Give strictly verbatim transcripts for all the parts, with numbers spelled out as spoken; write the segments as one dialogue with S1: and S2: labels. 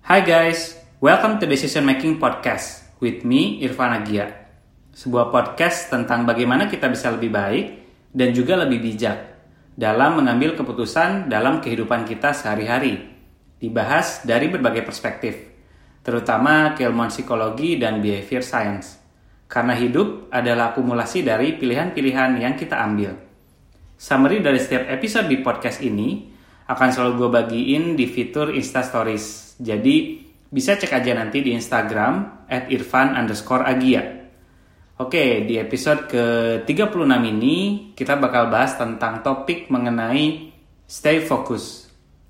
S1: Hi guys, welcome to Decision Making Podcast with me, Irfan Agia. Sebuah podcast tentang bagaimana kita bisa lebih baik dan juga lebih bijak dalam mengambil keputusan dalam kehidupan kita sehari-hari. Dibahas dari berbagai perspektif, terutama keilmuan psikologi dan behavior science. Karena hidup adalah akumulasi dari pilihan-pilihan yang kita ambil. Summary dari setiap episode di podcast ini akan selalu gue bagiin di fitur Insta Stories. Jadi bisa cek aja nanti di Instagram at irfan underscore agia. Oke, di episode ke tiga puluh enam ini kita bakal bahas tentang topik mengenai stay focus.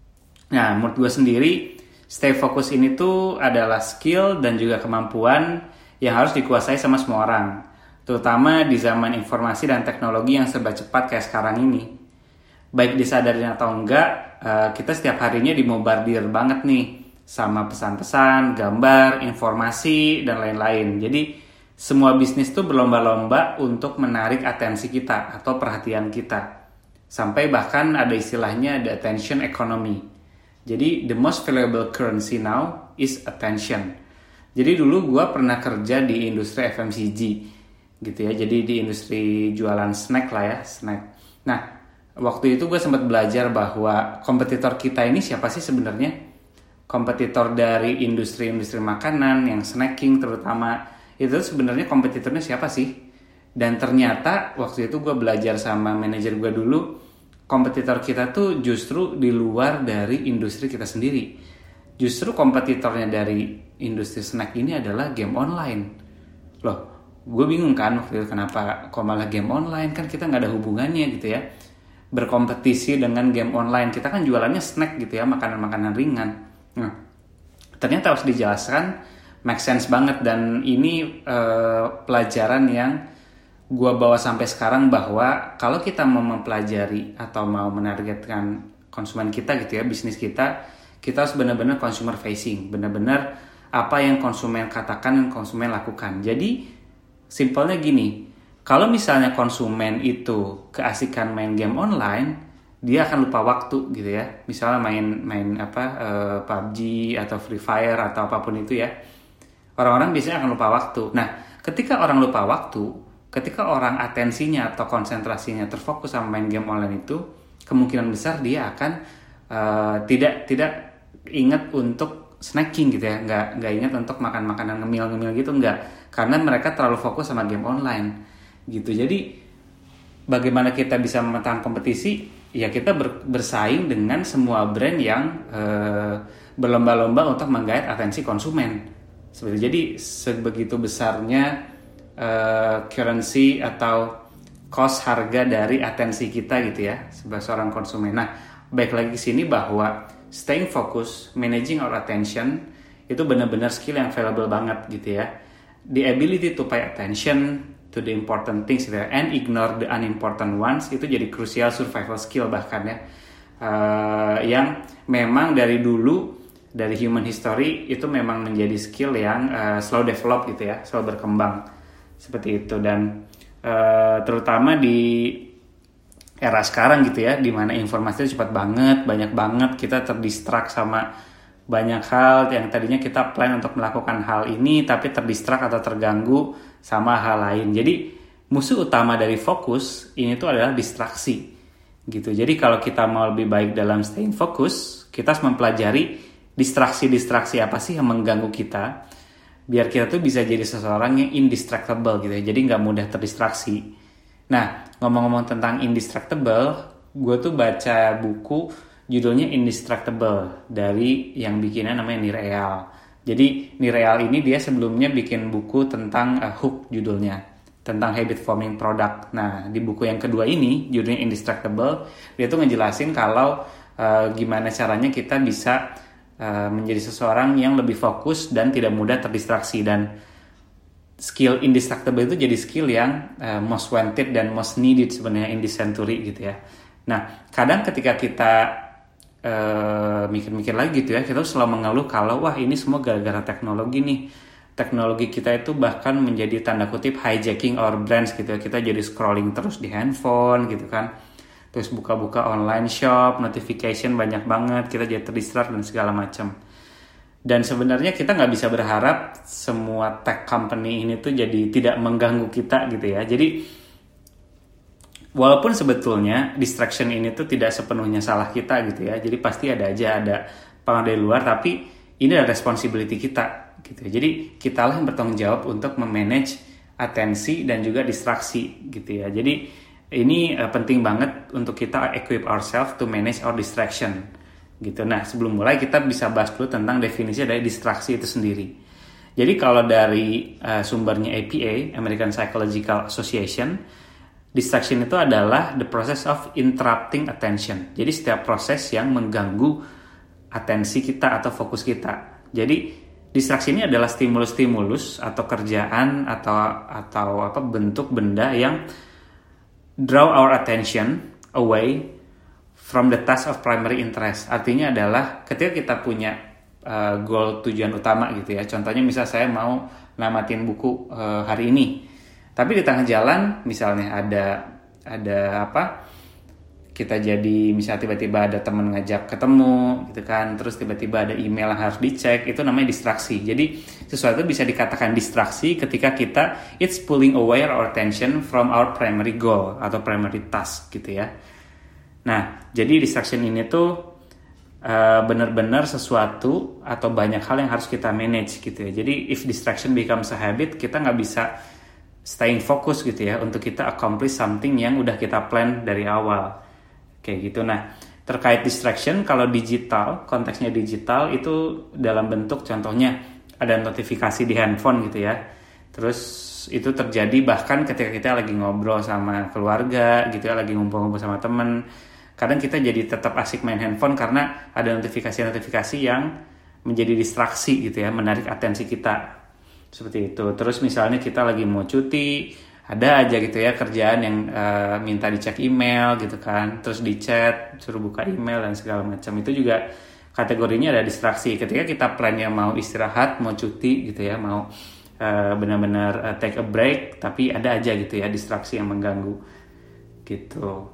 S1: Nah, menurut gue sendiri stay focus ini tuh adalah skill dan juga kemampuan yang harus dikuasai sama semua orang, terutama di zaman informasi dan teknologi yang serba cepat kayak sekarang ini. Baik disadarin atau enggak, kita setiap harinya dimombardir banget nih sama pesan-pesan, gambar, informasi, dan lain-lain. Jadi semua bisnis tuh berlomba-lomba untuk menarik atensi kita atau perhatian kita. Sampai bahkan ada istilahnya the attention economy. Jadi the most valuable currency now is attention. Jadi dulu gue pernah kerja di industri F M C G gitu ya. Jadi di industri jualan snack lah ya, snack. Nah, waktu itu gue sempat belajar bahwa kompetitor kita ini siapa sih sebenarnya? Kompetitor dari industri-industri makanan yang snacking terutama, itu sebenarnya kompetitornya siapa sih? Dan ternyata waktu itu gue belajar sama manajer gue dulu, kompetitor kita tuh justru di luar dari industri kita sendiri. Justru kompetitornya dari industri snack ini adalah game online. Loh, gue bingung kan waktu itu kenapa kok malah game online, kan kita nggak ada hubungannya gitu ya. Berkompetisi dengan game online, kita kan jualannya snack gitu ya, makanan-makanan ringan. Nah, ternyata harus dijelaskan, make sense banget, dan ini uh, pelajaran yang gue bawa sampai sekarang bahwa kalau kita mau mempelajari atau mau menargetkan konsumen kita gitu ya, bisnis kita, kita harus benar-benar consumer facing, benar-benar apa yang konsumen katakan dan konsumen lakukan. Jadi simpelnya gini, kalau misalnya konsumen itu keasikan main game online, dia akan lupa waktu gitu ya. Misalnya main main apa uh, P U B G atau Free Fire atau apapun itu ya. Orang-orang biasanya akan lupa waktu. Nah, ketika orang lupa waktu, ketika orang atensinya atau konsentrasinya terfokus sama main game online itu, kemungkinan besar dia akan uh, tidak tidak ingat untuk snacking gitu ya. Nggak nggak ingat untuk makan makanan ngemil-ngemil gitu, nggak. Karena mereka terlalu fokus sama game online gitu. Jadi bagaimana kita bisa memetakan kompetisi? Ya kita ber, bersaing dengan semua brand yang uh, berlomba-lomba untuk menggait atensi konsumen. Seperti jadi sebegitu besarnya uh, currency atau cost harga dari atensi kita gitu ya sebagai seorang konsumen. Nah, baik lagi ke sini bahwa staying focus, managing our attention itu benar-benar skill yang valuable banget gitu ya. The ability to pay attention to the important things there and ignore the unimportant ones itu jadi crucial survival skill bahkan ya, uh, yang memang dari dulu dari human history itu memang menjadi skill yang uh, slow develop gitu ya, slow berkembang seperti itu. Dan uh, terutama di era sekarang gitu ya, di mana informasi itu cepat banget, banyak banget, kita terdistrak sama banyak hal yang tadinya kita plan untuk melakukan hal ini tapi terdistrak atau terganggu sama hal lain. Jadi musuh utama dari fokus ini tuh adalah distraksi gitu. Jadi kalau kita mau lebih baik dalam staying focus, kita harus mempelajari distraksi-distraksi apa sih yang mengganggu kita biar kita tuh bisa jadi seseorang yang indistractable gitu ya. Jadi nggak mudah terdistraksi. Nah, ngomong-ngomong tentang indistractable, gue tuh baca buku judulnya Indistractable dari yang bikinnya namanya Nireal. Jadi Nireal ini dia sebelumnya bikin buku tentang uh, Hook judulnya, tentang habit forming product. Nah, di buku yang kedua ini judulnya Indistractable, dia tuh ngejelasin kalau uh, gimana caranya kita bisa uh, menjadi seseorang yang lebih fokus dan tidak mudah terdistraksi. Dan skill Indistractable itu jadi skill yang uh, most wanted dan most needed sebenarnya in this century gitu ya. Nah, kadang ketika kita Uh, mikir-mikir lagi gitu ya, kita selalu mengeluh kalau wah ini semua gara-gara teknologi nih, teknologi kita itu bahkan menjadi tanda kutip hijacking our brains gitu ya, kita jadi scrolling terus di handphone gitu kan, terus buka-buka online shop, notification banyak banget, kita jadi terdistract dan segala macam. Dan sebenarnya kita nggak bisa berharap semua tech company ini tuh jadi tidak mengganggu kita gitu ya. Jadi walaupun sebetulnya distraction ini tuh tidak sepenuhnya salah kita gitu ya. Jadi pasti ada aja ada pengaruh dari luar, tapi ini adalah responsibility kita gitu. Jadi kitalah yang bertanggung jawab untuk memanage atensi dan juga distraksi gitu ya. Jadi ini uh, penting banget untuk kita equip ourselves to manage our distraction gitu. Nah, sebelum mulai kita bisa bahas dulu tentang definisi dari distraksi itu sendiri. Jadi kalau dari uh, sumbernya A P A, American Psychological Association, distraction itu adalah the process of interrupting attention. Jadi setiap proses yang mengganggu atensi kita atau fokus kita. Jadi distraksi ini adalah stimulus-stimulus atau kerjaan atau atau apa bentuk benda yang draw our attention away from the task of primary interest. Artinya adalah ketika kita punya uh, goal tujuan utama gitu ya. Contohnya misal saya mau namatin buku uh, hari ini. Tapi di tengah jalan misalnya ada ada apa? Kita jadi misalnya tiba-tiba ada teman ngajak ketemu gitu kan. Terus tiba-tiba ada email yang harus dicek. Itu namanya distraksi. Jadi sesuatu bisa dikatakan distraksi ketika kita it's pulling away our attention from our primary goal atau primary task gitu ya. Nah, jadi distraction ini tuh uh, benar-benar sesuatu atau banyak hal yang harus kita manage gitu ya. Jadi if distraction becomes a habit, kita nggak bisa staying focus gitu ya untuk kita accomplish something yang udah kita plan dari awal. Kayak gitu. Nah, terkait distraction, kalau digital, konteksnya digital itu dalam bentuk contohnya ada notifikasi di handphone gitu ya. Terus itu terjadi bahkan ketika kita lagi ngobrol sama keluarga gitu ya, lagi ngumpul-ngumpul sama temen. Kadang kita jadi tetap asik main handphone karena ada notifikasi-notifikasi yang menjadi distraksi gitu ya, menarik atensi kita. Seperti itu. Terus misalnya kita lagi mau cuti, ada aja gitu ya kerjaan yang uh, minta dicek email gitu kan, terus di chat, suruh buka email dan segala macam. Itu juga kategorinya ada distraksi. Ketika kita plannya mau istirahat, mau cuti gitu ya, mau uh, benar-benar uh, take a break, tapi ada aja gitu ya distraksi yang mengganggu gitu.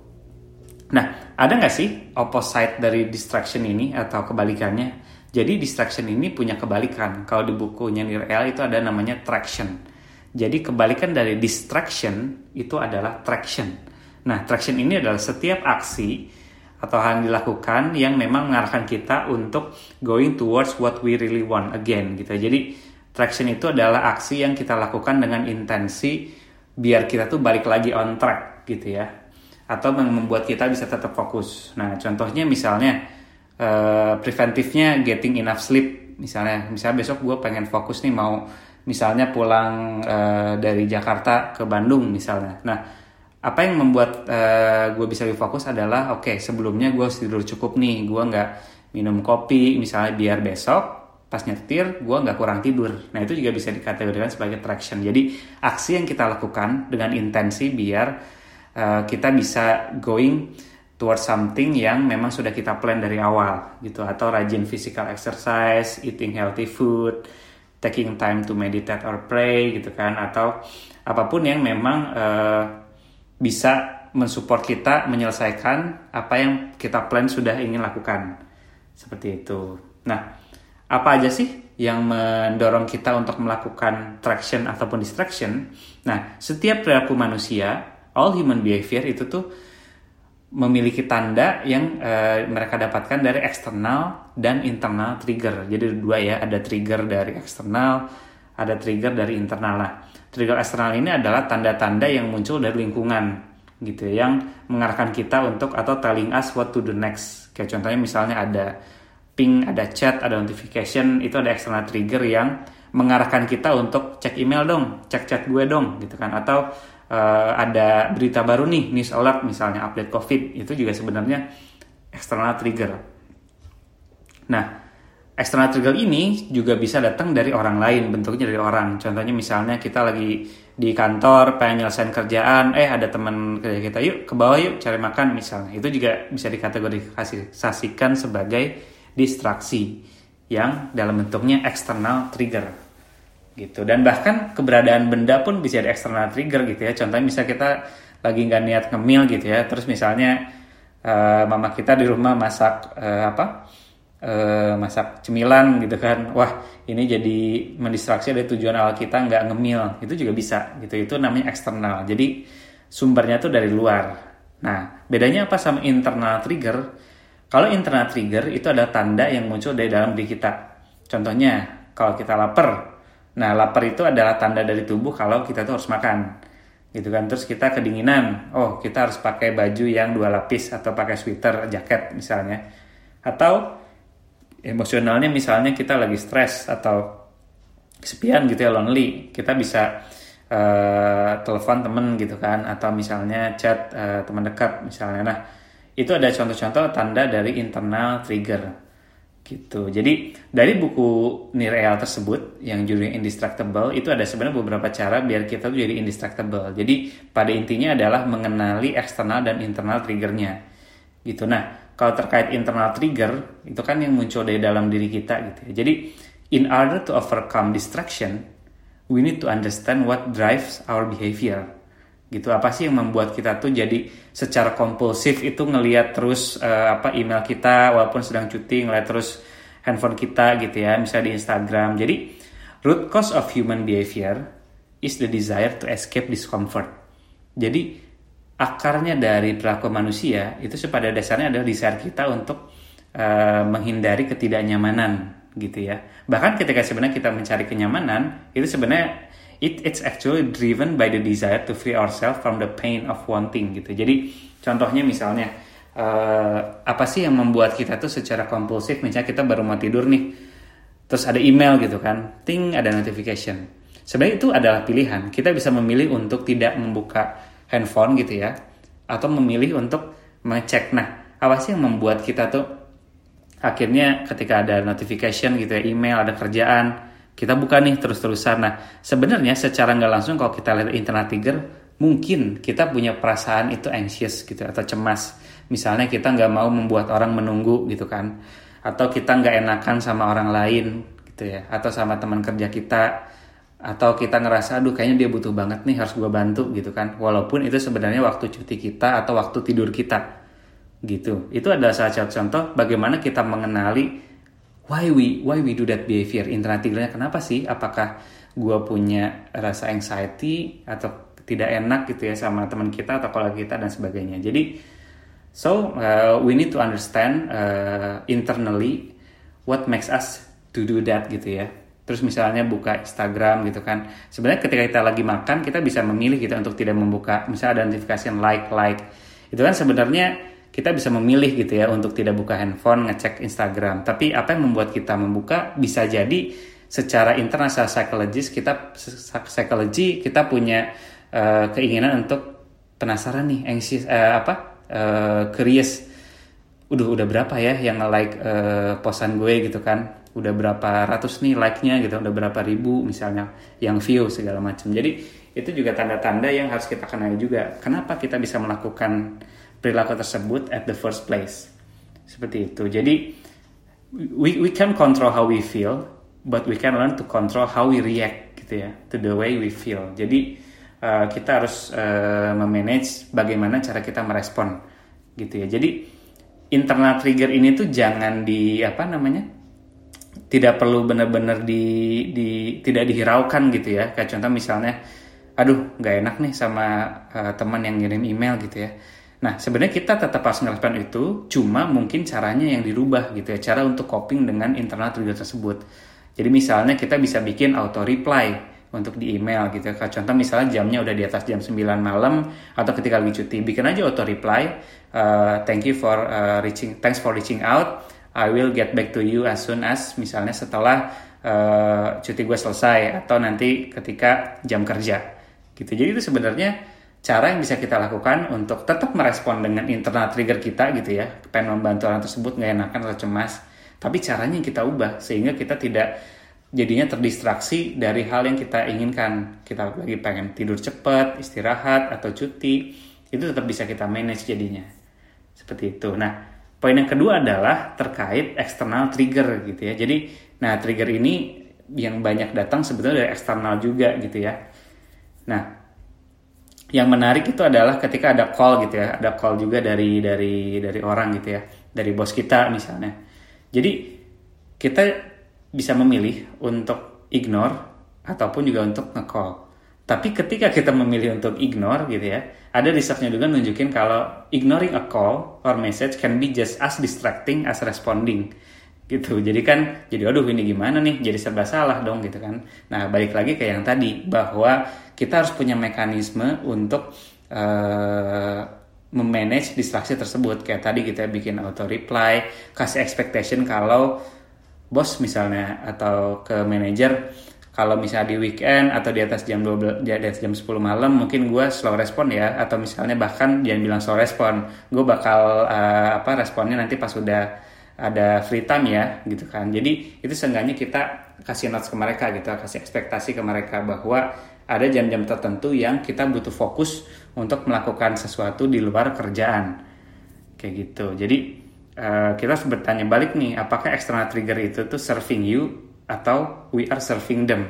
S1: Nah, ada nggak sih opposite dari distraction ini atau kebalikannya? Jadi distraction ini punya kebalikan. Kalau di bukunya Nirel itu ada namanya traction. Jadi kebalikan dari distraction itu adalah traction. Nah, traction ini adalah setiap aksi atau hal yang dilakukan yang memang mengarahkan kita untuk going towards what we really want again gitu. Jadi traction itu adalah aksi yang kita lakukan dengan intensi biar kita tuh balik lagi on track gitu ya. Atau membuat kita bisa tetap fokus. Nah, contohnya misalnya uh, preventifnya getting enough sleep. Misalnya, misalnya besok gue pengen fokus nih mau misalnya pulang uh, dari Jakarta ke Bandung misalnya. Nah, apa yang membuat uh, gue bisa lebih fokus adalah oke, okay, sebelumnya gue harus tidur cukup nih. Gue nggak minum kopi misalnya biar besok pas nyetir gue nggak kurang tidur. Nah, itu juga bisa dikategorikan sebagai traction. Jadi, aksi yang kita lakukan dengan intensi biar Uh, kita bisa going towards something yang memang sudah kita plan dari awal gitu, atau rajin physical exercise, eating healthy food, taking time to meditate or pray gitu kan, atau apapun yang memang uh, bisa mensupport kita menyelesaikan apa yang kita plan sudah ingin lakukan seperti itu. Nah, apa aja sih yang mendorong kita untuk melakukan traction ataupun distraction? Nah, setiap perilaku manusia, all human behavior itu tuh memiliki tanda yang uh, mereka dapatkan dari eksternal dan internal trigger. Jadi dua ya, ada trigger dari eksternal, ada trigger dari internal. Nah, trigger eksternal ini adalah tanda-tanda yang muncul dari lingkungan gitu ya, yang mengarahkan kita untuk atau telling us what to do next. Kayak contohnya misalnya ada ping, ada chat, ada notification, itu ada external trigger yang mengarahkan kita untuk cek email dong, cek chat gue dong gitu kan, atau Uh, ada berita baru nih, news alert misalnya, update COVID, itu juga sebenarnya external trigger. Nah, external trigger ini juga bisa datang dari orang lain, bentuknya dari orang. Contohnya misalnya kita lagi di kantor, pengen nyelesain kerjaan, eh ada teman kerja kita, yuk ke bawah yuk cari makan misalnya. Itu juga bisa dikategorisasikan sebagai distraksi yang dalam bentuknya external trigger gitu. Dan bahkan keberadaan benda pun bisa ada external trigger gitu ya. Contohnya misalnya kita lagi nggak niat ngemil gitu ya, terus misalnya uh, mama kita di rumah masak uh, apa uh, masak cemilan gitu kan, wah ini jadi mendistraksi dari tujuan awal kita nggak ngemil, itu juga bisa gitu. Itu namanya eksternal, jadi sumbernya tuh dari luar. Nah, bedanya apa sama internal trigger? Kalau internal trigger itu ada tanda yang muncul dari dalam diri kita. Contohnya, kalau kita lapar. Nah, lapar itu adalah tanda dari tubuh kalau kita tuh harus makan. Gitu kan. Terus kita kedinginan. Oh, kita harus pakai baju yang dua lapis atau pakai sweater, jaket misalnya. Atau emosionalnya misalnya kita lagi stres atau kesepian gitu ya, lonely. Kita bisa uh, telepon temen gitu kan, atau misalnya chat uh, teman dekat misalnya. Nah, itu ada contoh-contoh tanda dari internal trigger gitu. Jadi dari buku Nir Eyal tersebut yang judulnya Indistractable, itu ada sebenarnya beberapa cara biar kita tuh jadi indistractable. Jadi pada intinya adalah mengenali eksternal dan internal triggernya gitu. Nah, kalau terkait internal trigger itu kan yang muncul dari dalam diri kita gitu ya. Jadi in order to overcome distraction, we need to understand what drives our behavior gitu. Apa sih yang membuat kita tuh jadi secara kompulsif itu ngelihat terus uh, apa email kita walaupun sedang cuti, ngelihat terus handphone kita gitu ya, misalnya di Instagram. Jadi root cause of human behavior is the desire to escape discomfort. Jadi akarnya dari perilaku manusia itu pada dasarnya adalah desire kita untuk uh, menghindari ketidaknyamanan gitu ya. Bahkan ketika sebenarnya kita mencari kenyamanan, itu sebenarnya It, it's actually driven by the desire to free ourselves from the pain of wanting gitu. Jadi contohnya misalnya uh, apa sih yang membuat kita tuh secara kompulsif, misalnya kita baru mau tidur nih, terus ada email gitu kan, ting ada notification. Sebenarnya itu adalah pilihan. Kita bisa memilih untuk tidak membuka handphone gitu ya, atau memilih untuk mengecek. Nah, apa sih yang membuat kita tuh akhirnya ketika ada notification gitu ya, email, ada kerjaan, kita buka nih terus-terusan. Nah, sebenarnya secara nggak langsung kalau kita lihat internal trigger, mungkin kita punya perasaan itu anxious gitu atau cemas. Misalnya kita nggak mau membuat orang menunggu gitu kan, atau kita nggak enakan sama orang lain gitu ya, atau sama teman kerja kita, atau kita ngerasa aduh kayaknya dia butuh banget nih harus gue bantu gitu kan. Walaupun itu sebenarnya waktu cuti kita atau waktu tidur kita gitu. Itu adalah salah satu contoh bagaimana kita mengenali Why we why we do that behavior, internal triggernya kenapa sih? Apakah gue punya rasa anxiety atau tidak enak gitu ya sama teman kita atau kolega kita dan sebagainya. Jadi so uh, we need to understand uh, internally what makes us to do that gitu ya. Terus misalnya buka Instagram gitu kan. Sebenarnya ketika kita lagi makan kita bisa memilih gitu untuk tidak membuka misalnya ada notifikasi like like. Itu kan sebenarnya kita bisa memilih gitu ya untuk tidak buka handphone, ngecek Instagram. Tapi apa yang membuat kita membuka bisa jadi secara internal, secara psikologis kita psikologi kita punya uh, keinginan untuk penasaran nih, anxious uh, apa uh, curious. Udah udah berapa ya yang nge-like uh, posan gue gitu kan? Udah berapa ratus nih like-nya gitu, udah berapa ribu misalnya yang view segala macam. Jadi itu juga tanda-tanda yang harus kita kenali juga. Kenapa kita bisa melakukan perilaku tersebut at the first place. Seperti itu. Jadi we we can control how we feel, but we can learn to control how we react gitu ya, to the way we feel. Jadi uh, kita harus uh, memanage bagaimana cara kita merespon gitu ya. Jadi internal trigger ini tuh jangan di apa namanya? Tidak perlu benar-benar di di tidak dihiraukan gitu ya. Kayak contoh misalnya aduh, nggak enak nih sama uh, teman yang ngirim email gitu ya. Nah, sebenarnya kita tetap harus ngerespon itu, cuma mungkin caranya yang dirubah gitu ya, cara untuk coping dengan internal trigger tersebut. Jadi misalnya kita bisa bikin auto reply untuk di email gitu ya. Contoh misalnya jamnya udah di atas jam sembilan malam atau ketika lagi cuti, bikin aja auto reply, uh, thank you for uh, reaching, thanks for reaching out, I will get back to you as soon as misalnya setelah uh, cuti gue selesai atau nanti ketika jam kerja gitu. Jadi itu sebenarnya cara yang bisa kita lakukan untuk tetap merespon dengan internal trigger kita gitu ya, pengen membantu orang tersebut nggak enakan atau cemas, tapi caranya yang kita ubah sehingga kita tidak jadinya terdistraksi dari hal yang kita inginkan. Kita lagi pengen tidur cepat, istirahat atau cuti, itu tetap bisa kita manage jadinya seperti itu. Nah, poin yang kedua adalah terkait external trigger gitu ya. Jadi, nah trigger ini yang banyak datang sebetulnya dari eksternal juga gitu ya. Nah, yang menarik itu adalah ketika ada call gitu ya, ada call juga dari dari dari orang gitu ya, dari bos kita misalnya. Jadi kita bisa memilih untuk ignore ataupun juga untuk nge-call. Tapi ketika kita memilih untuk ignore gitu ya, ada research-nya juga nunjukin kalau ignoring a call or message can be just as distracting as responding gitu. Jadi kan, jadi aduh ini gimana nih, jadi serba salah dong gitu kan. Nah balik lagi ke yang tadi, bahwa kita harus punya mekanisme untuk uh, memanage distraksi tersebut. Kayak tadi kita bikin auto reply, kasih expectation kalau bos misalnya atau ke manajer, kalau misalnya di weekend atau di atas jam dua belas, di atas jam sepuluh malam mungkin gue slow respon ya, atau misalnya bahkan jangan bilang slow respon, gue bakal uh, apa responnya nanti pas udah ada free time ya gitu kan. Jadi itu seenggaknya kita kasih notes ke mereka gitu, kasih ekspektasi ke mereka bahwa ada jam-jam tertentu yang kita butuh fokus untuk melakukan sesuatu di luar kerjaan kayak gitu. Jadi uh, kita harus bertanya balik nih, apakah external trigger itu tuh serving you atau we are serving them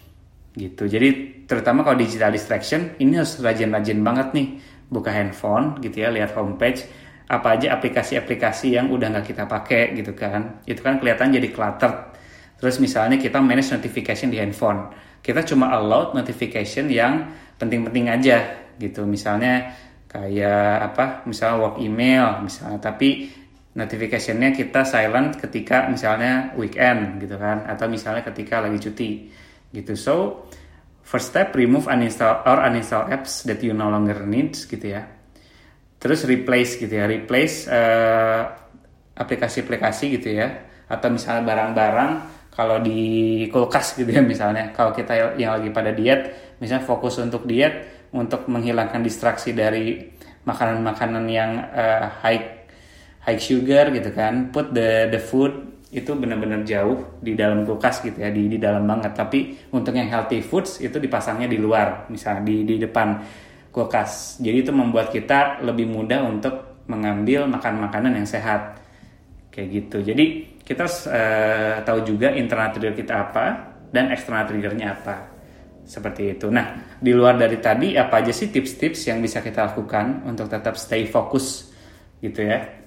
S1: gitu. Jadi terutama kalau digital distraction ini harus rajin-rajin banget nih buka handphone gitu ya, lihat homepage apa aja aplikasi-aplikasi yang udah nggak kita pakai gitu kan. Itu kan kelihatan jadi cluttered. Terus misalnya kita manage notification di handphone, kita cuma allow notification yang penting-penting aja gitu. Misalnya kayak apa, misalnya work email misalnya, tapi notification-nya kita silent ketika misalnya weekend gitu kan, atau misalnya ketika lagi cuti gitu. So first step, remove uninstall or uninstall apps that you no longer need gitu ya. Terus replace gitu ya, replace uh, aplikasi-aplikasi gitu ya, atau misalnya barang-barang kalau di kulkas gitu ya, misalnya kalau kita yang lagi pada diet, misalnya fokus untuk diet untuk menghilangkan distraksi dari makanan-makanan yang uh, high high sugar gitu kan, put the the food itu benar-benar jauh di dalam kulkas gitu ya, di di dalam banget. Tapi untuk yang healthy foods itu dipasangnya di luar, misalnya di di depan kulkas. Jadi itu membuat kita lebih mudah untuk mengambil makan-makanan yang sehat kayak gitu. Jadi kita harus uh, tahu juga internal trigger kita apa dan external triggernya apa, seperti itu. Nah di luar dari tadi, apa aja sih tips-tips yang bisa kita lakukan untuk tetap stay fokus gitu ya.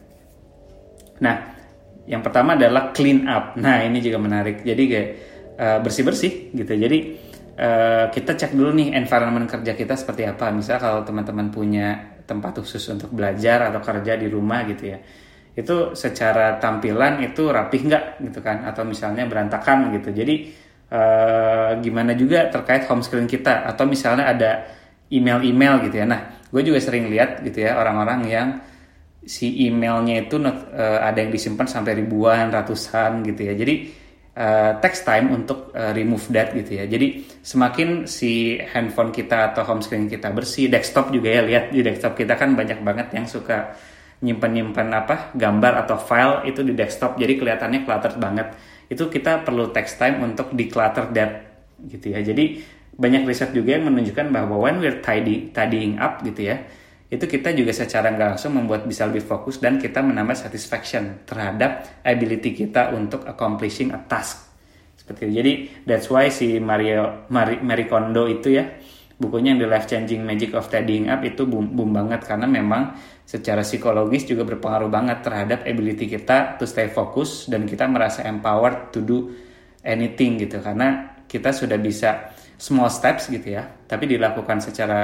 S1: Nah, yang pertama adalah clean up. Nah, ini juga menarik. Jadi kayak uh, bersih-bersih gitu. Jadi uh, kita cek dulu nih environment kerja kita seperti apa. Misal kalau teman-teman punya tempat khusus untuk belajar atau kerja di rumah gitu ya, itu secara tampilan itu rapih nggak gitu kan? Atau misalnya berantakan gitu. Jadi uh, gimana juga terkait home screen kita, atau misalnya ada email-email gitu ya. Nah, gue juga sering lihat gitu ya orang-orang yang si emailnya itu not, uh, ada yang disimpan sampai ribuan, ratusan gitu ya. Jadi uh, takes time untuk uh, remove that gitu ya. Jadi semakin si handphone kita atau home screen kita bersih, desktop juga ya, lihat di desktop kita kan banyak banget yang suka nyimpan-nyimpan apa gambar atau file itu di desktop, jadi kelihatannya cluttered banget. Itu kita perlu takes time untuk declutter that gitu ya. Jadi banyak riset juga yang menunjukkan bahwa when we're tidy, tidying up gitu ya, itu kita juga secara nggak langsung membuat bisa lebih fokus dan kita menambah satisfaction terhadap ability kita untuk accomplishing a task seperti itu. Jadi that's why si Mario Marie, Marie Kondo itu ya, bukunya yang The Life Changing Magic of Tidying Up itu boom, boom banget, karena memang secara psikologis juga berpengaruh banget terhadap ability kita to stay fokus dan kita merasa empowered to do anything gitu, karena kita sudah bisa small steps gitu ya, tapi dilakukan secara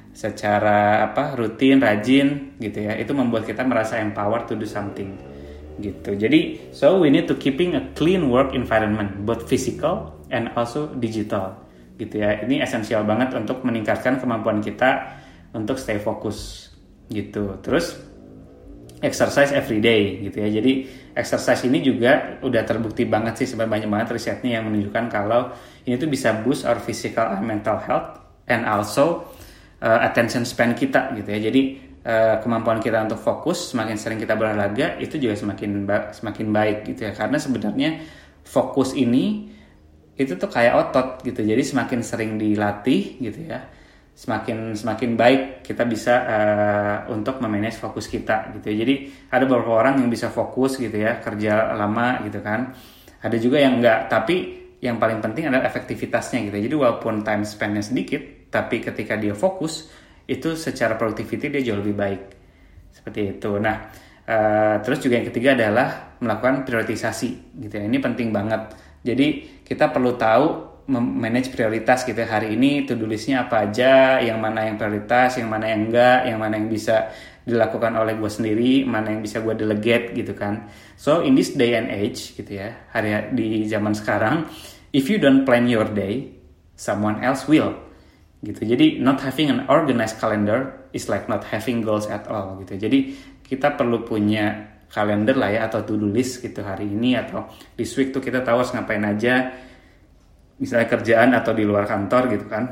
S1: secara apa rutin, rajin gitu ya, itu membuat kita merasa empowered to do something gitu. Jadi so we need to keeping a clean work environment, both physical and also digital gitu ya. Ini esensial banget untuk meningkatkan kemampuan kita untuk stay fokus gitu. Terus exercise every day gitu ya. Jadi exercise ini juga udah terbukti banget sih, sebenarnya banyak banget risetnya yang menunjukkan kalau ini tuh bisa boost our physical and mental health and also Uh, attention span kita gitu ya. Jadi uh, kemampuan kita untuk fokus, semakin sering kita berolahraga itu juga semakin ba- semakin baik gitu ya. Karena sebenarnya fokus ini itu tuh kayak otot gitu. Jadi semakin sering dilatih gitu ya, semakin semakin baik kita bisa uh, untuk memanage fokus kita gitu ya. Jadi ada beberapa orang yang bisa fokus gitu ya, kerja lama gitu kan. Ada juga yang enggak, tapi yang paling penting adalah efektivitasnya gitu. Jadi walaupun time span-nya sedikit, tapi ketika dia fokus itu secara productivity dia jauh lebih baik seperti itu. Nah Uh, terus juga yang ketiga adalah melakukan prioritisasi gitu ya. Ini penting banget. Jadi kita perlu tahu manage prioritas gitu ya. Hari ini to-do list-nya apa aja, yang mana yang prioritas, yang mana yang enggak, yang mana yang bisa dilakukan oleh gue sendiri, mana yang bisa gue delegate gitu kan. So in this day and age gitu ya, hari di zaman sekarang, if you don't plan your day, someone else will gitu. Jadi not having an organized calendar is like not having goals at all gitu. Jadi kita perlu punya kalender lah ya, atau to-do list gitu hari ini atau this week tuh kita tahu harus ngapain aja, misalnya kerjaan atau di luar kantor gitu kan.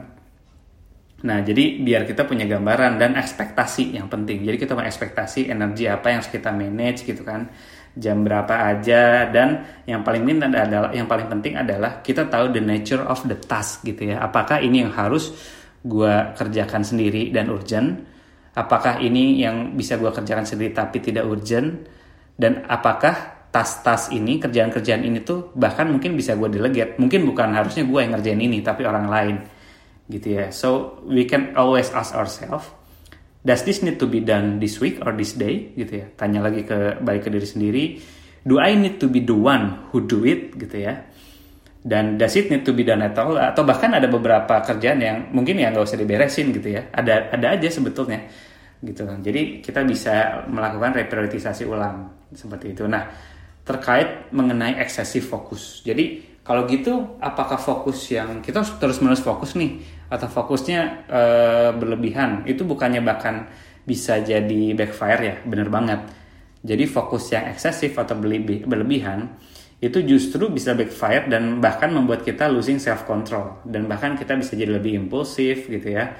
S1: Nah jadi biar kita punya gambaran dan ekspektasi yang penting. Jadi kita punya ekspektasi energi apa yang harus kita manage gitu kan, jam berapa aja, dan yang paling penting adalah yang paling penting adalah kita tahu the nature of the task gitu ya. Apakah ini yang harus gue kerjakan sendiri dan urgent? Apakah ini yang bisa gue kerjakan sendiri tapi tidak urgent? Dan apakah tas-tas ini, kerjaan-kerjaan ini tuh bahkan mungkin bisa gue delegate? Mungkin bukan harusnya gue yang ngerjain ini, tapi orang lain. Gitu ya. So, we can always ask ourselves, does this need to be done this week or this day? Gitu ya. Tanya lagi ke balik ke diri sendiri. Do I need to be the one who do it? Gitu ya. Dan does it need to be done at all? Atau bahkan ada beberapa kerjaan yang mungkin ya nggak usah diberesin gitu ya. Ada ada aja sebetulnya gitu. Jadi kita bisa melakukan reprioritisasi ulang seperti itu. Nah, terkait mengenai excessive fokus. Jadi kalau gitu apakah fokus yang kita terus-menerus fokus nih atau fokusnya e, berlebihan? Itu bukannya bahkan bisa jadi backfire ya, bener banget. Jadi fokus yang eksesif atau berlebih, berlebihan itu justru bisa backfire dan bahkan membuat kita losing self control, dan bahkan kita bisa jadi lebih impulsif gitu ya,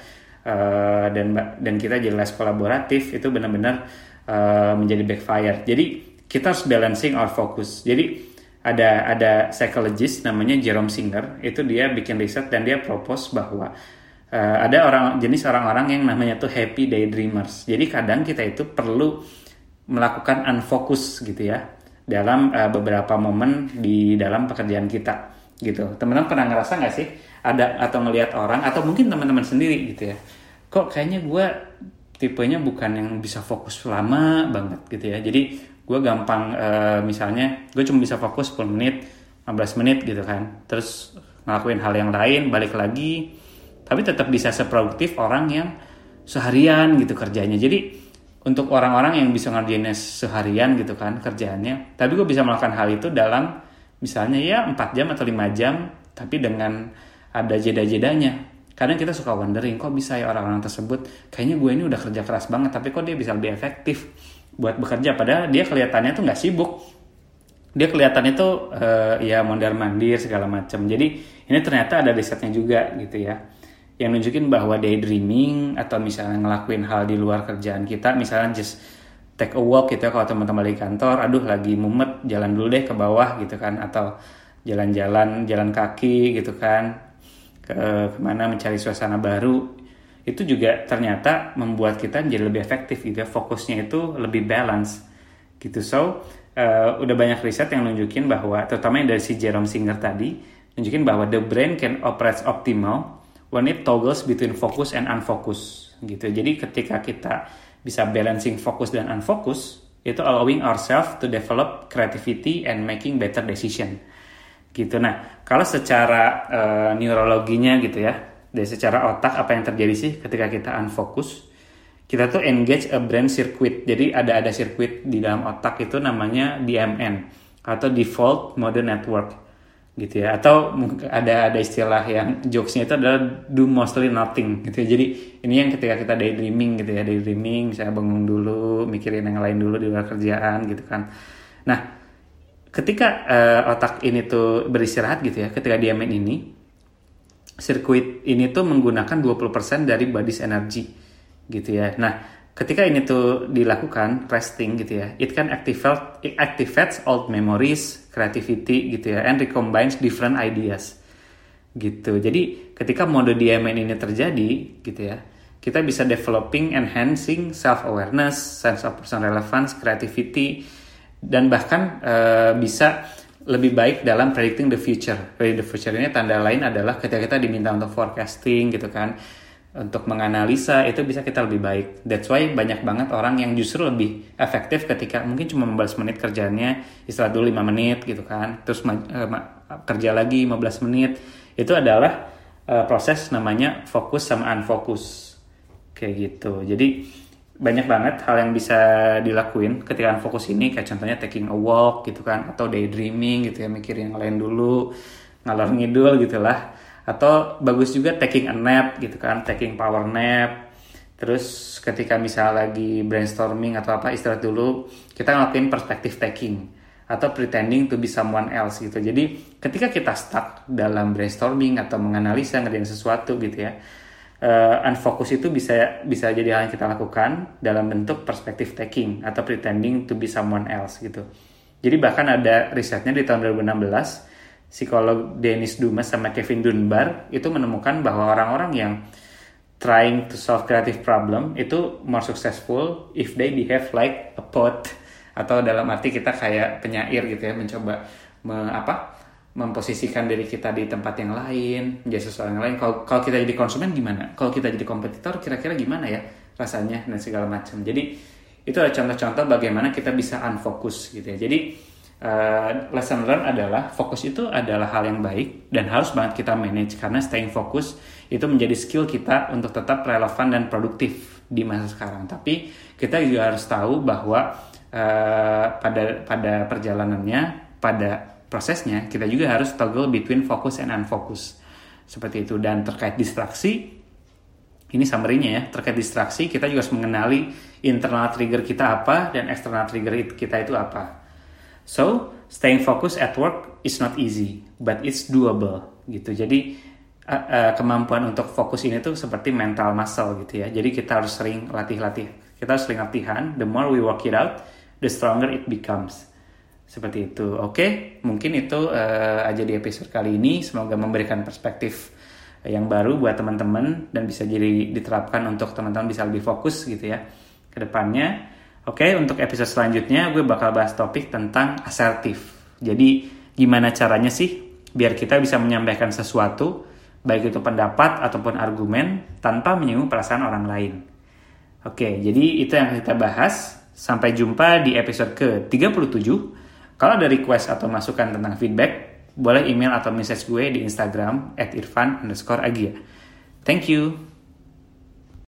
S1: uh, dan dan kita jadi less kolaboratif. Itu benar-benar uh, menjadi backfire. Jadi kita harus balancing our focus. Jadi ada ada psychologist namanya Jerome Singer, itu dia bikin riset dan dia propose bahwa uh, ada orang jenis orang-orang yang namanya tuh happy daydreamers. Jadi kadang kita itu perlu melakukan unfocus gitu ya dalam uh, beberapa momen di dalam pekerjaan kita gitu. Teman-teman pernah ngerasa nggak sih ada atau ngelihat orang atau mungkin teman-teman sendiri gitu ya, kok kayaknya gue tipenya bukan yang bisa fokus lama banget gitu ya. Jadi gue gampang uh, misalnya gue cuma bisa fokus sepuluh menit, lima belas menit gitu kan, terus ngelakuin hal yang lain, balik lagi, tapi tetap bisa seproduktif orang yang seharian gitu kerjanya. Jadi untuk orang-orang yang bisa ngerjainnya seharian gitu kan kerjaannya, tapi gue bisa melakukan hal itu dalam misalnya ya empat jam atau lima jam, tapi dengan ada jeda-jedanya. Kadang kita suka wondering, kok bisa ya orang-orang tersebut, kayaknya gue ini udah kerja keras banget, tapi kok dia bisa lebih efektif buat bekerja, padahal dia kelihatannya tuh gak sibuk, dia kelihatannya tuh uh, ya mondar-mandir segala macam. Jadi ini ternyata ada risetnya juga gitu ya, yang nunjukin bahwa daydreaming atau misalnya ngelakuin hal di luar kerjaan kita, misalnya just take a walk gitu ya, kalau teman-teman di kantor, aduh lagi mumet, jalan dulu deh ke bawah gitu kan, atau jalan-jalan jalan kaki gitu kan, ke kemana mencari suasana baru, itu juga ternyata membuat kita jadi lebih efektif gitu ya, fokusnya itu lebih balance gitu. So uh, udah banyak riset yang nunjukin bahwa, terutama yang dari si Jerome Singer tadi, nunjukin bahwa the brain can operate optimal when it toggles between focus and unfocus gitu. Jadi ketika kita bisa balancing fokus dan unfocus, itu allowing ourselves to develop creativity and making better decision gitu. Nah, kalau secara uh, neurologinya gitu ya, dari secara otak apa yang terjadi sih ketika kita unfocus? Kita tuh engage a brain circuit. Jadi ada ada sirkuit di dalam otak itu namanya D M N atau default mode network gitu ya, atau ada ada istilah yang jokesnya itu adalah do mostly nothing gitu ya. Jadi ini yang ketika kita daydreaming gitu ya, daydreaming misalnya bangun dulu, mikirin yang lain dulu di luar kerjaan gitu kan. Nah, ketika uh, otak ini tuh beristirahat gitu ya, ketika D M N ini, sirkuit ini tuh menggunakan dua puluh persen dari body's energy gitu ya. Nah, ketika ini tuh dilakukan resting gitu ya, it can activate it activates old memories, creativity gitu ya, and recombines different ideas gitu. Jadi ketika mode D M N ini terjadi gitu ya, kita bisa developing, enhancing self awareness, sense of personal relevance, creativity, dan bahkan uh, bisa lebih baik dalam predicting the future. Predicting the future ini tanda lain adalah ketika kita diminta untuk forecasting gitu kan, untuk menganalisa, itu bisa kita lebih baik. That's why banyak banget orang yang justru lebih efektif ketika mungkin cuma lima belas menit kerjaannya, istirahat dulu lima menit gitu kan, terus ma- uh, ma- kerja lagi lima belas menit. Itu adalah uh, proses namanya fokus sama unfokus kayak gitu. Jadi banyak banget hal yang bisa dilakuin ketika unfokus ini, kayak contohnya taking a walk gitu kan, atau daydreaming gitu ya, mikirin yang lain dulu, ngalor ngidul gitulah. Atau bagus juga taking a nap gitu kan, taking power nap. Terus ketika misalnya lagi brainstorming atau apa, istirahat dulu, kita ngelakuin perspective taking atau pretending to be someone else gitu. Jadi ketika kita stuck dalam brainstorming atau menganalisa ngerjain sesuatu gitu ya, uh, unfocus itu bisa bisa jadi hal yang kita lakukan dalam bentuk perspective taking atau pretending to be someone else gitu. Jadi bahkan ada risetnya di tahun dua ribu enam belas, psikolog Dennis Dumas sama Kevin Dunbar itu menemukan bahwa orang-orang yang trying to solve creative problem itu more successful if they behave like a poet, atau dalam arti kita kayak penyair gitu ya, mencoba me, apa memposisikan diri kita di tempat yang lain, menjadi seseorang yang lain. Kalau kalau kita jadi konsumen gimana? Kalau kita jadi kompetitor kira-kira gimana ya rasanya dan segala macam. Jadi itu adalah contoh-contoh bagaimana kita bisa unfocus gitu ya. Jadi Uh, lesson learn adalah fokus itu adalah hal yang baik dan harus banget kita manage, karena staying fokus itu menjadi skill kita untuk tetap relevan dan produktif di masa sekarang. Tapi kita juga harus tahu bahwa uh, pada pada perjalanannya, pada prosesnya kita juga harus toggle between focus and unfocus seperti itu. Dan terkait distraksi, ini summary-nya ya, terkait distraksi kita juga harus mengenali internal trigger kita apa dan external trigger kita itu apa. So, staying focused at work is not easy, but it's doable gitu. Jadi uh, uh, kemampuan untuk fokus ini tuh seperti mental muscle gitu ya. Jadi kita harus sering latih-latih. Kita harus sering latihan. The more we work it out, the stronger it becomes. Seperti itu. Oke, okay? Mungkin itu uh, aja di episode kali ini. Semoga memberikan perspektif yang baru buat teman-teman dan bisa jadi diterapkan untuk teman-teman bisa lebih fokus gitu ya ke depannya. Oke, okay, untuk episode selanjutnya gue bakal bahas topik tentang asertif. Jadi gimana caranya sih biar kita bisa menyampaikan sesuatu, baik itu pendapat ataupun argumen, tanpa menyinggung perasaan orang lain. Oke, okay, jadi itu yang kita bahas. Sampai jumpa di episode ke tiga puluh tujuh. Kalau ada request atau masukan tentang feedback, boleh email atau message gue di Instagram at irfan underscore agia. Thank you.